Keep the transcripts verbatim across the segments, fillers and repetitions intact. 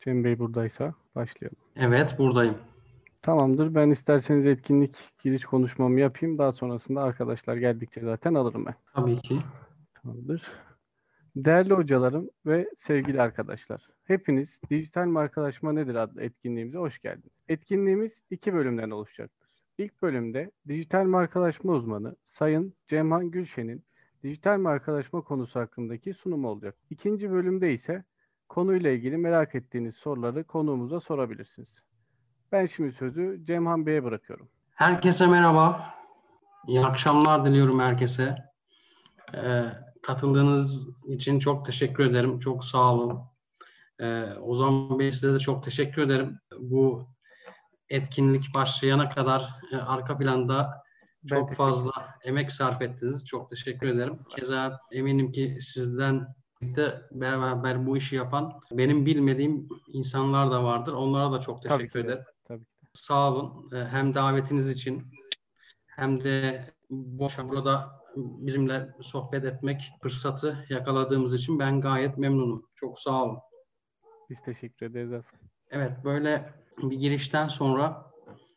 Cem Bey buradaysa başlayalım. Evet, buradayım. Tamamdır. Ben isterseniz etkinlik giriş konuşmamı yapayım. Daha sonrasında arkadaşlar geldikçe zaten alırım ben. Tabii ki. Tamamdır. Değerli hocalarım ve sevgili arkadaşlar. Hepiniz Dijital Markalaşma Nedir adlı etkinliğimize hoş geldiniz. Etkinliğimiz iki bölümden oluşacaktır. İlk bölümde dijital markalaşma uzmanı Sayın Cemhan Gülşen'in dijital markalaşma konusu hakkındaki sunumu olacak. İkinci bölümde ise konuyla ilgili merak ettiğiniz soruları konuğumuza sorabilirsiniz. Ben şimdi sözü Cemhan Bey'e bırakıyorum. Herkese merhaba. İyi akşamlar diliyorum herkese. Ee, katıldığınız için çok teşekkür ederim. Çok sağ olun. Ee, Ozan Bey, size de çok teşekkür ederim. Bu etkinlik başlayana kadar e, arka planda Ben çok teşekkür fazla ederim. emek sarf ettiniz. Çok teşekkür ederim. Estağfurullah. Keza eminim ki sizden de beraber bu işi yapan benim bilmediğim insanlar da vardır. Onlara da çok Tabii teşekkür ki de. ederim. Tabii ki de. Sağ olun. Ee, Hem davetiniz için hem de bu akşam burada bizimle sohbet etmek fırsatı yakaladığımız için ben gayet memnunum. Çok sağ olun. Biz teşekkür ederiz aslında. Evet, böyle bir girişten sonra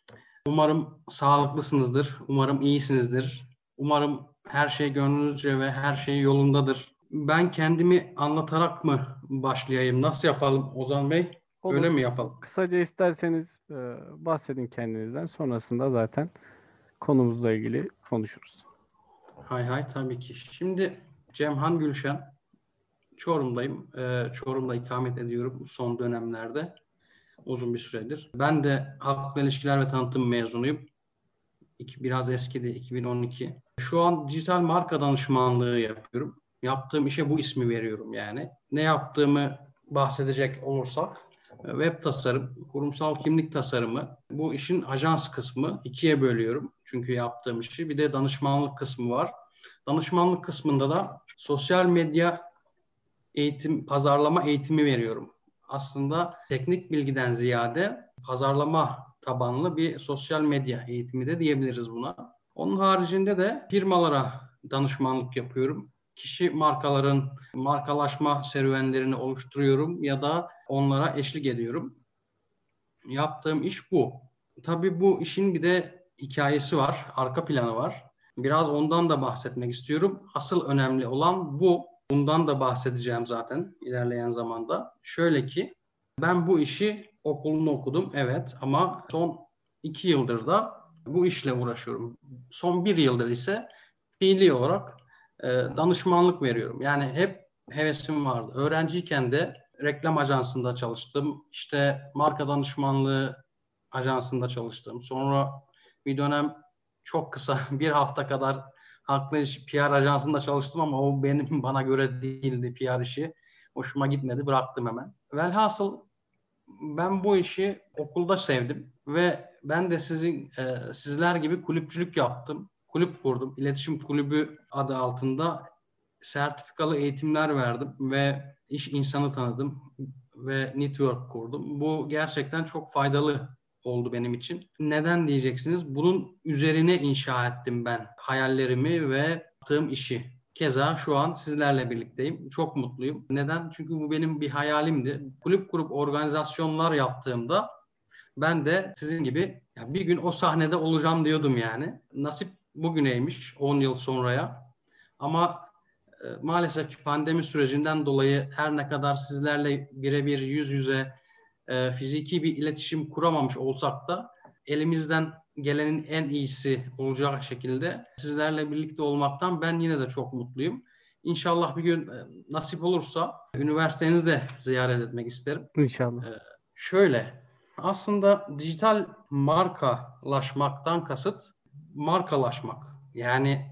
umarım sağlıklısınızdır, umarım iyisinizdir, umarım her şey gönlünüzce ve her şey yolundadır. Ben kendimi anlatarak mı başlayayım? Nasıl yapalım Ozan Bey? Öyle Olur. mi Kıs- yapalım? Kısaca isterseniz e, bahsedin kendinizden. Sonrasında zaten konumuzla ilgili konuşuruz. Hay hay, tabii ki. Şimdi Cemhan Gülşen, Çorum'dayım. Ee, Çorum'da ikamet ediyorum son dönemlerde. Uzun bir süredir. Ben de halkla ilişkiler ve tanıtım mezunuyum. İki, biraz eskidi, iki bin on iki. Şu an dijital marka danışmanlığı yapıyorum. Yaptığım işe bu ismi veriyorum yani. Ne yaptığımı bahsedecek olursak, web tasarım, kurumsal kimlik tasarımı, bu işin ajans kısmı ikiye bölüyorum. Çünkü yaptığım işi. Bir de danışmanlık kısmı var. Danışmanlık kısmında da sosyal medya eğitim, pazarlama eğitimi veriyorum. Aslında teknik bilgiden ziyade pazarlama tabanlı bir sosyal medya eğitimi de diyebiliriz buna. Onun haricinde de firmalara danışmanlık yapıyorum. Kişi markaların markalaşma serüvenlerini oluşturuyorum ya da onlara eşlik ediyorum. Yaptığım iş bu. Tabii bu işin bir de hikayesi var, arka planı var. Biraz ondan da bahsetmek istiyorum. Asıl önemli olan bu. Bundan da bahsedeceğim zaten ilerleyen zamanda. Şöyle ki, ben bu işi okulunu okudum, evet, ama son iki yıldır da bu işle uğraşıyorum. Son bir yıldır ise fiili olarak e, danışmanlık veriyorum. Yani hep hevesim vardı. Öğrenciyken de reklam ajansında çalıştım. İşte marka danışmanlığı ajansında çalıştım. Sonra bir dönem çok kısa bir hafta kadar halkla ilişki P R ajansında çalıştım ama o benim bana göre değildi P R işi. Hoşuma gitmedi, bıraktım hemen. Velhasıl ben bu işi okulda sevdim ve ben de sizin e, sizler gibi kulüpçülük yaptım. Kulüp kurdum. İletişim Kulübü adı altında sertifikalı eğitimler verdim ve iş insanı tanıdım ve network kurdum. Bu gerçekten çok faydalı oldu benim için. Neden diyeceksiniz? Bunun üzerine inşa ettim ben hayallerimi ve yaptığım işi. Keza şu an sizlerle birlikteyim. Çok mutluyum. Neden? Çünkü bu benim bir hayalimdi. Kulüp kurup organizasyonlar yaptığımda ben de sizin gibi ya bir gün o sahnede olacağım diyordum yani. Nasip bugüneymiş on yıl sonraya. Ama e, maalesef ki pandemi sürecinden dolayı her ne kadar sizlerle birebir yüz yüze e, fiziki bir iletişim kuramamış olsak da elimizden gelenin en iyisi olacak şekilde sizlerle birlikte olmaktan ben yine de çok mutluyum. İnşallah bir gün e, nasip olursa üniversitenizi de ziyaret etmek isterim. İnşallah. E, şöyle, aslında dijital markalaşmaktan kasıt markalaşmak. Yani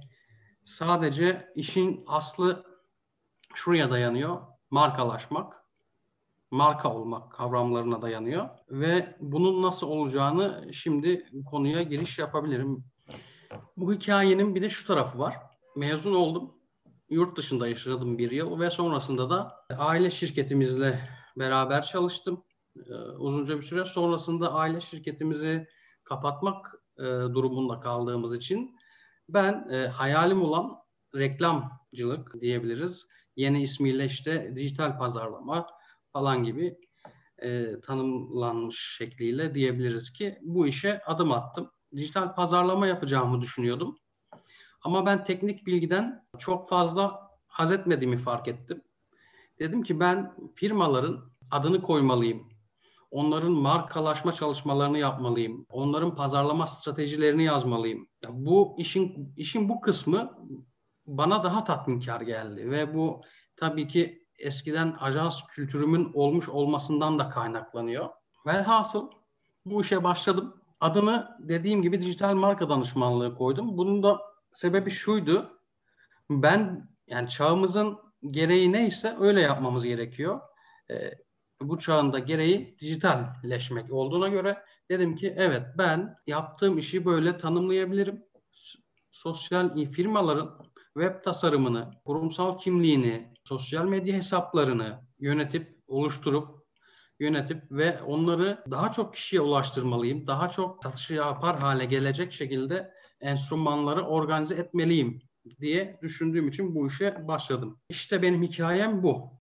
sadece işin aslı şuraya dayanıyor. Markalaşmak, marka olmak kavramlarına dayanıyor. Ve bunun nasıl olacağını şimdi konuya giriş yapabilirim. Bu hikayenin bir de şu tarafı var. Mezun oldum. Yurt dışında yaşadım bir yıl ve sonrasında da aile şirketimizle beraber çalıştım. Ee, uzunca bir süre. Sonrasında aile şirketimizi kapatmak e, durumunda kaldığımız için ben e, hayalim olan reklamcılık diyebiliriz. Yeni ismiyle işte dijital pazarlama falan gibi e, tanımlanmış şekliyle diyebiliriz ki bu işe adım attım. Dijital pazarlama yapacağımı düşünüyordum. Ama ben teknik bilgiden çok fazla haz etmediğimi fark ettim. Dedim ki ben firmaların adını koymalıyım. Onların markalaşma çalışmalarını yapmalıyım. Onların pazarlama stratejilerini yazmalıyım. Ya bu işin işin bu kısmı bana daha tatminkar geldi ve bu tabii ki eskiden ajans kültürümün olmuş olmasından da kaynaklanıyor. Velhasıl bu işe başladım. Adını dediğim gibi dijital marka danışmanlığı koydum. Bunun da sebebi şuydu. Ben yani çağımızın gereği neyse öyle yapmamız gerekiyor. Ee, bu çağın da gereği dijitalleşmek olduğuna göre dedim ki evet ben yaptığım işi böyle tanımlayabilirim. Sosyal firmaların web tasarımını, kurumsal kimliğini, sosyal medya hesaplarını yönetip, oluşturup, yönetip ve onları daha çok kişiye ulaştırmalıyım. Daha çok satışı yapar hale gelecek şekilde enstrümanları organize etmeliyim diye düşündüğüm için bu işe başladım. İşte benim hikayem bu.